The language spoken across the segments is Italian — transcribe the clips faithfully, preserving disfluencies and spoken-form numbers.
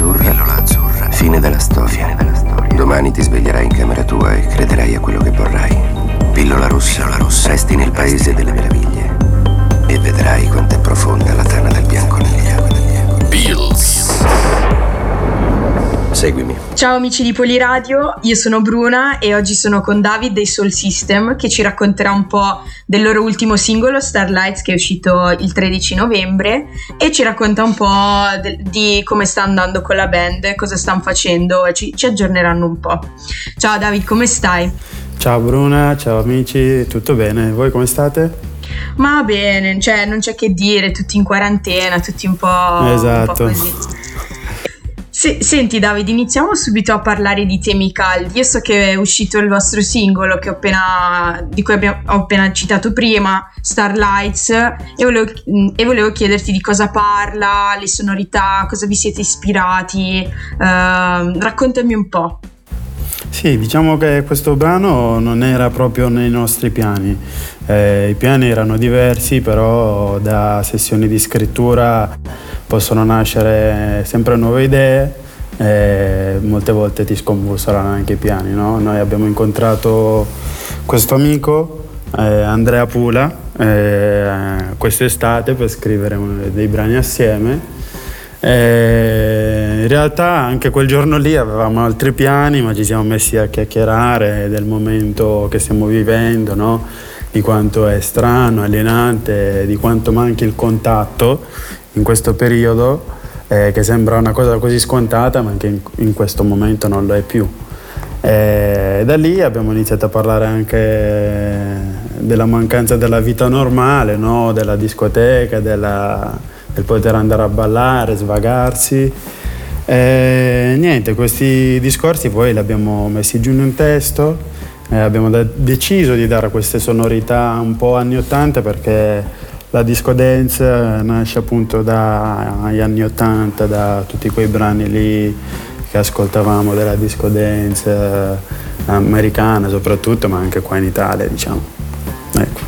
azzurra, pillola azzurra, fine della storia. Fine della storia. Domani ti sveglierai in camera tua e crederai a quello che vorrai. Pillola rossa, pillola rossa, resti nel paese delle meraviglie e vedrai quanto è profonda la tana del bianconiglio. Pills. Seguimi. Ciao amici di Poliradio, io sono Bruna e oggi sono con David dei Soul System che ci racconterà un po' del loro ultimo singolo Starlights, che è uscito il tredici novembre, e ci racconta un po' de- di come sta andando con la band, cosa stanno facendo, e ci, ci aggiorneranno un po'. Ciao David, come stai? Ciao Bruna, ciao amici, tutto bene? Voi come state? Ma bene, cioè non c'è che dire, tutti in quarantena, tutti un po', esatto. un po' così. Se, senti Davide, iniziamo subito a parlare di temi caldi. Io so che è uscito il vostro singolo che ho appena, di cui abbiamo, ho appena citato prima, Starlights, e volevo, e volevo chiederti di cosa parla, le sonorità, cosa vi siete ispirati, eh, raccontami un po'. Sì, diciamo che questo brano non era proprio nei nostri piani, eh, i piani erano diversi, però da sessioni di scrittura possono nascere sempre nuove idee e molte volte ti scombussolano anche i piani, no? Noi abbiamo incontrato questo amico, eh, Andrea Pula, eh, quest'estate per scrivere dei brani assieme. E in realtà anche quel giorno lì avevamo altri piani, ma ci siamo messi a chiacchierare del momento che stiamo vivendo, no? Di quanto è strano, alienante, di quanto manchi il contatto in questo periodo, eh, che sembra una cosa così scontata, ma che in, in questo momento non lo è più. E da lì abbiamo iniziato a parlare anche della mancanza della vita normale, no? Della discoteca, della, del poter andare a ballare, svagarsi. E niente, questi discorsi poi li abbiamo messi giù in un testo, e abbiamo da- deciso di dare queste sonorità un po' anni ottanta, perché la disco dance nasce appunto dagli anni ottanta, da tutti quei brani lì che ascoltavamo della disco dance eh, americana soprattutto, ma anche qua in Italia, diciamo. Ecco.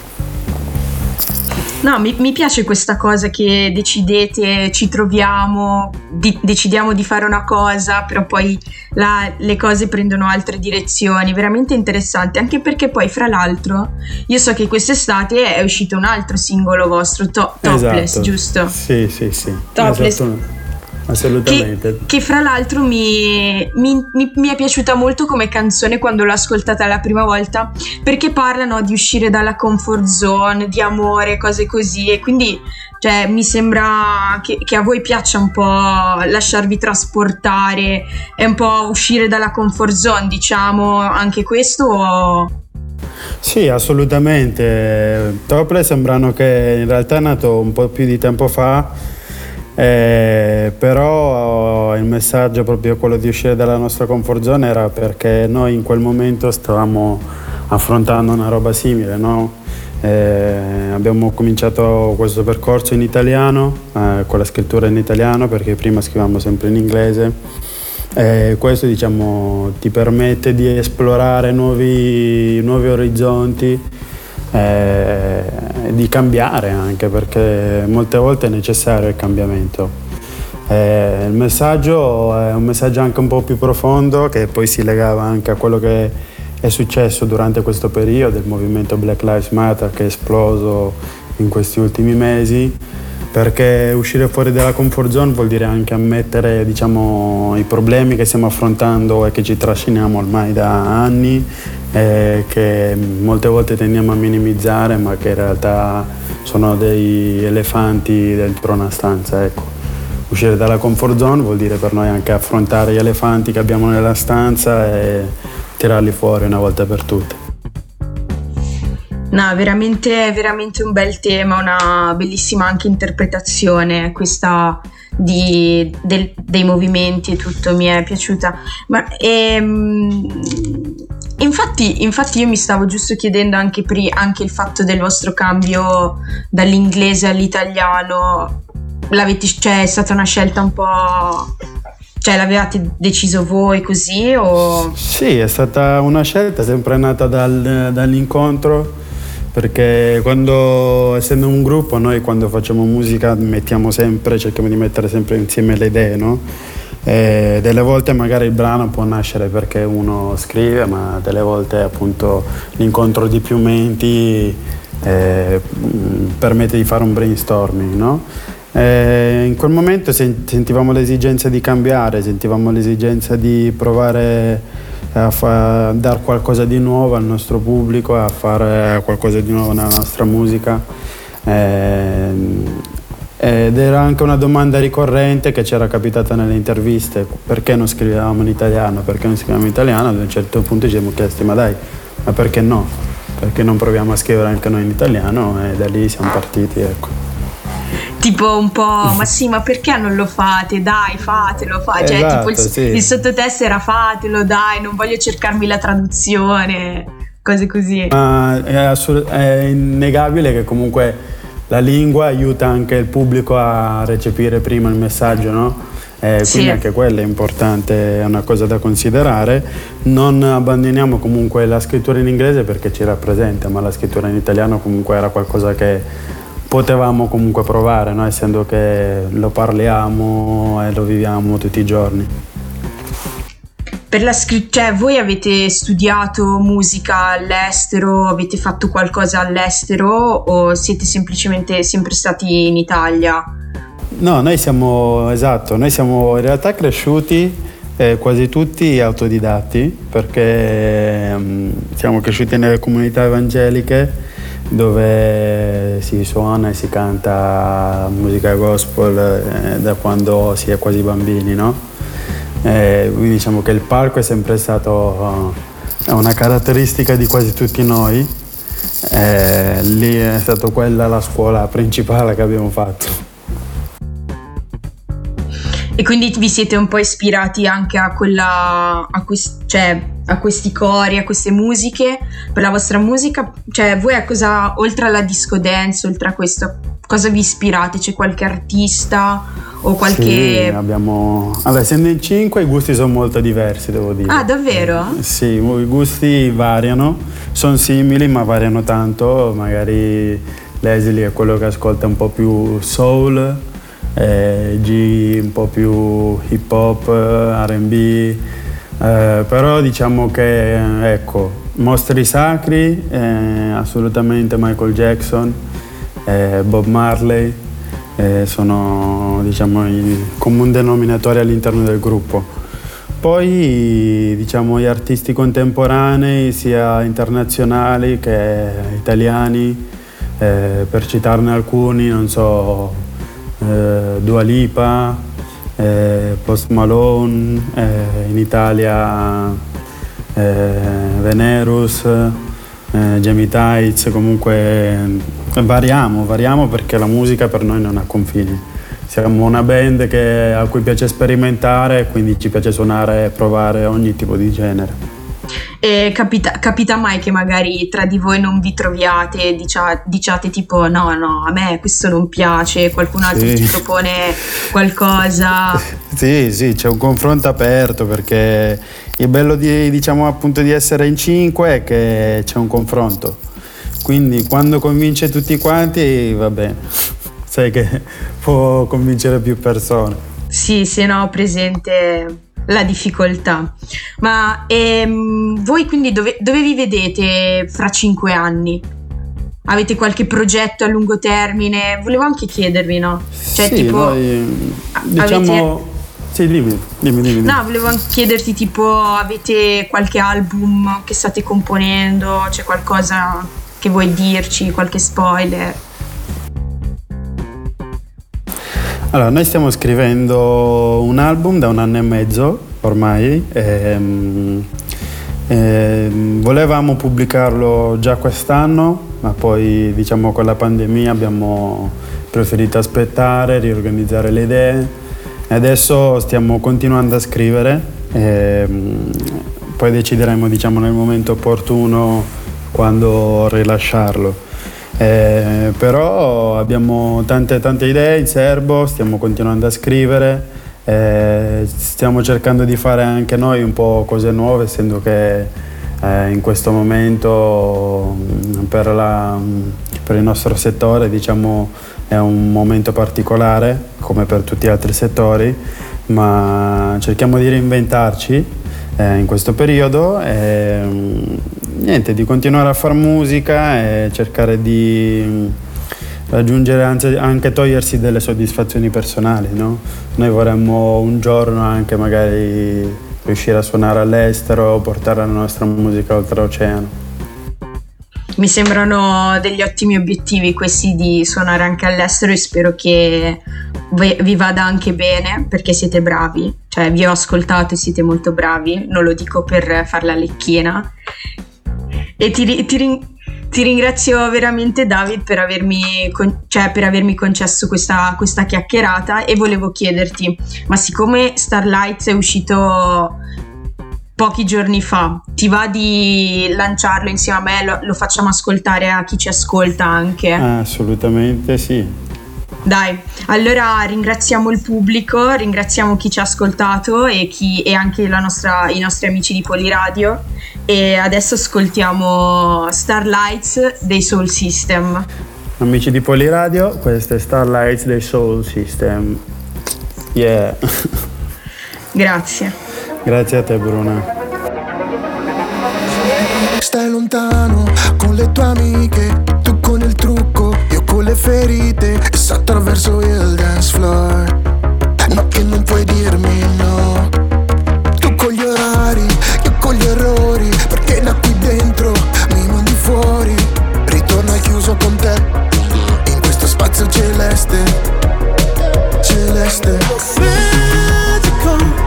No, mi, mi piace questa cosa che decidete, ci troviamo, di, decidiamo di fare una cosa, però poi la, le cose prendono altre direzioni, veramente interessante, anche perché poi fra l'altro io so che quest'estate è uscito un altro singolo vostro, to- Topless, Esatto. Giusto? Sì, sì, sì. Topless. Esatto. Assolutamente. Che, che fra l'altro mi, mi, mi, mi è piaciuta molto come canzone quando l'ho ascoltata la prima volta, perché parlano di uscire dalla comfort zone, di amore, cose così, e quindi cioè, mi sembra che, che a voi piaccia un po' lasciarvi trasportare, è un po' uscire dalla comfort zone, diciamo, anche questo o... Sì, assolutamente. Topless è un brano che in realtà è nato un po' più di tempo fa. Eh, però il messaggio proprio quello di uscire dalla nostra comfort zone era perché noi in quel momento stavamo affrontando una roba simile, no? Eh, abbiamo cominciato questo percorso in italiano, eh, con la scrittura in italiano, perché prima scrivevamo sempre in inglese. Eh, questo diciamo ti permette di esplorare nuovi, nuovi orizzonti, Eh, di cambiare anche, perché molte volte è necessario il cambiamento. Eh, il messaggio è un messaggio anche un po' più profondo, che poi si legava anche a quello che è successo durante questo periodo, il movimento Black Lives Matter che è esploso in questi ultimi mesi, perché uscire fuori dalla comfort zone vuol dire anche ammettere, diciamo, i problemi che stiamo affrontando e che ci trasciniamo ormai da anni, eh, che molte volte tendiamo a minimizzare, ma che in realtà sono dei elefanti dentro una stanza, ecco. Uscire dalla comfort zone vuol dire per noi anche affrontare gli elefanti che abbiamo nella stanza e tirarli fuori una volta per tutte. No, veramente, veramente un bel tema, una bellissima anche interpretazione questa di, del, dei movimenti e tutto, mi è piaciuta. Ma ehm, infatti, infatti io mi stavo giusto chiedendo anche, pri, anche il fatto del vostro cambio dall'inglese all'italiano, l'avete, cioè è stata una scelta un po'... Cioè l'avevate deciso voi così o... Sì, è stata una scelta sempre nata dal, dall'incontro, perché quando, essendo un gruppo, noi quando facciamo musica mettiamo sempre, cerchiamo di mettere sempre insieme le idee, no? E delle volte magari il brano può nascere perché uno scrive, ma delle volte appunto l'incontro di più menti eh, permette di fare un brainstorming, no? E in quel momento sentivamo l'esigenza di cambiare, sentivamo l'esigenza di provare a, fa- a dare qualcosa di nuovo al nostro pubblico, a fare qualcosa di nuovo nella nostra musica. E, Ed era anche una domanda ricorrente che c'era capitata nelle interviste: perché non scrivevamo in italiano? Perché non scriviamo in italiano? Ad un certo punto ci siamo chiesti: ma dai, ma perché no? Perché non proviamo a scrivere anche noi in italiano? E da lì siamo partiti, ecco. Tipo un po', ma sì, ma perché non lo fate? Dai, fatelo, fa. Cioè, Esatto, tipo il, sì. il sottotesto era fatelo, dai, non voglio cercarmi la traduzione, cose così. Ma è, assur- è innegabile che comunque la lingua aiuta anche il pubblico a recepire prima il messaggio, no? Eh, Sì. quindi anche quello è importante, è una cosa da considerare. Non abbandoniamo comunque la scrittura in inglese perché ci rappresenta, ma la scrittura in italiano comunque era qualcosa che potevamo comunque provare, no? Essendo che lo parliamo e lo viviamo tutti i giorni. Per la scrittura, cioè voi avete studiato musica all'estero, avete fatto qualcosa all'estero o siete semplicemente sempre stati in Italia? No, noi siamo, esatto, noi siamo in realtà cresciuti eh, quasi tutti autodidatti, perché um, siamo cresciuti nelle comunità evangeliche dove si suona e si canta musica gospel eh, da quando si è quasi bambini, no? Eh, quindi diciamo che il palco è sempre stato uh, una caratteristica di quasi tutti noi. Eh, lì è stata quella la scuola principale che abbiamo fatto. E quindi vi siete un po' ispirati anche a quella, a, quest, cioè, a questi cori, a queste musiche per la vostra musica? Cioè voi a cosa, oltre alla disco dance, oltre a questo, cosa vi ispirate? C'è qualche artista o qualche... Sì, abbiamo... Allora, essendo in cinque i gusti sono molto diversi, devo dire. Ah, davvero? Sì, i gusti variano, sono simili ma variano tanto. Magari Leslie è quello che ascolta un po' più soul, eh, G un po' più hip hop, R and B, eh, però diciamo che, ecco, mostri sacri, eh, assolutamente Michael Jackson, eh, Bob Marley, eh, sono, diciamo, i comuni denominatori all'interno del gruppo. Poi, diciamo, gli artisti contemporanei, sia internazionali che italiani, eh, per citarne alcuni, non so, eh, Dua Lipa, eh, Post Malone, eh, in Italia eh, Venerus, eh, Jamie Tights, comunque variamo, variamo perché la musica per noi non ha confini. Siamo una band che, a cui piace sperimentare, quindi ci piace suonare e provare ogni tipo di genere. E capita, capita mai che magari tra di voi non vi troviate e dicia, diciate tipo no, no, a me questo non piace, qualcun altro Sì. ti propone qualcosa? Sì, sì, c'è un confronto aperto, perché il bello di, diciamo, appunto, di essere in cinque è che c'è un confronto. Quindi quando convince tutti quanti, va bene, sai che può convincere più persone. Sì, se no, ho presente la difficoltà. Ma ehm, voi quindi dove, dove vi vedete fra cinque anni? Avete qualche progetto a lungo termine? Volevo anche chiedervi, no? Cioè, sì, tipo, noi, diciamo... avete... Sì, dimmi, dimmi, dimmi. No, volevo anche chiederti tipo, avete qualche album che state componendo? C'è qualcosa che vuoi dirci? Qualche spoiler? Allora, noi stiamo scrivendo un album da un anno e mezzo ormai. E, e, volevamo pubblicarlo già quest'anno, ma poi, diciamo, con la pandemia abbiamo preferito aspettare, riorganizzare le idee, e adesso stiamo continuando a scrivere. E, poi decideremo, diciamo, nel momento opportuno quando rilasciarlo. Eh, però abbiamo tante tante idee in serbo, stiamo continuando a scrivere, eh, stiamo cercando di fare anche noi un po' cose nuove, essendo che eh, in questo momento per, la, per il nostro settore, diciamo, è un momento particolare come per tutti gli altri settori, ma cerchiamo di reinventarci eh, in questo periodo e niente, di continuare a fare musica e cercare di raggiungere, anzi anche togliersi delle soddisfazioni personali, no? Noi vorremmo un giorno anche magari riuscire a suonare all'estero, portare la nostra musica oltreoceano. Mi sembrano degli ottimi obiettivi questi di suonare anche all'estero e spero che vi vada anche bene, perché siete bravi, cioè vi ho ascoltato e siete molto bravi, non lo dico per far la lecchina. E ti, ti, ti ringrazio veramente, David, per avermi, con, cioè, per avermi concesso questa, questa chiacchierata, e volevo chiederti, ma siccome Starlights è uscito pochi giorni fa, ti va di lanciarlo insieme a me? Lo, lo facciamo ascoltare a chi ci ascolta anche? Ah, assolutamente sì. Dai, allora ringraziamo il pubblico, ringraziamo chi ci ha ascoltato e, chi, e anche la nostra, i nostri amici di Poliradio, e adesso ascoltiamo Starlights dei Soul System. Amici di Poliradio, questo è Starlights dei Soul System. Yeah. Grazie. Grazie a te, Bruna. Stai lontano con le tue amiche, tu con il trucco, io con le ferite, e so attraverso il dance floor. No, che non puoi dirmi no. Tu con gli orari, io con gli errori, perché da qui dentro mi mandi fuori. Ritorno al chiuso con te, in questo spazio celeste, celeste. Magical.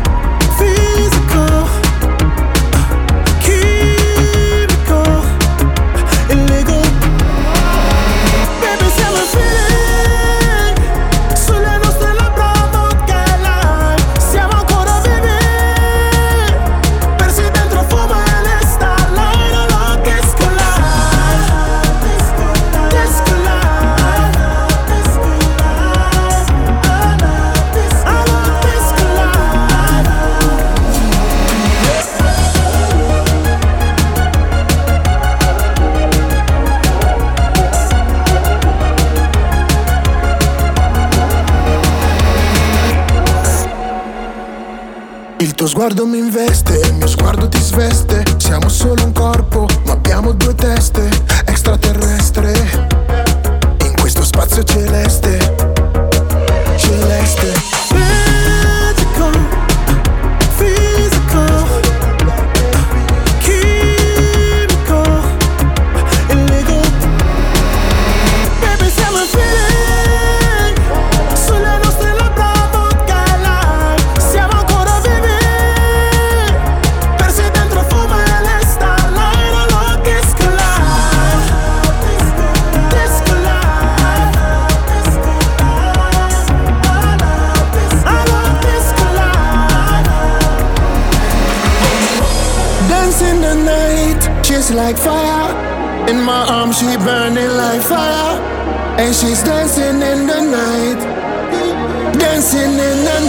Il tuo sguardo mi investe, il mio sguardo ti sveste. Siamo solo un corpo, ma abbiamo due teste. Extraterrestre, in questo spazio celeste, celeste. Magical, physical, chemical, illegal. Baby, siamo in feeling, sulle nostre labbra vodka lime. Siamo ancora vivi, persi dentro fumo e le starlight. I love disco life, disco life, I love disco life. Dancing the night, she's like fire. In my arms she burning like fire. And she's dancing in the night, dancing in the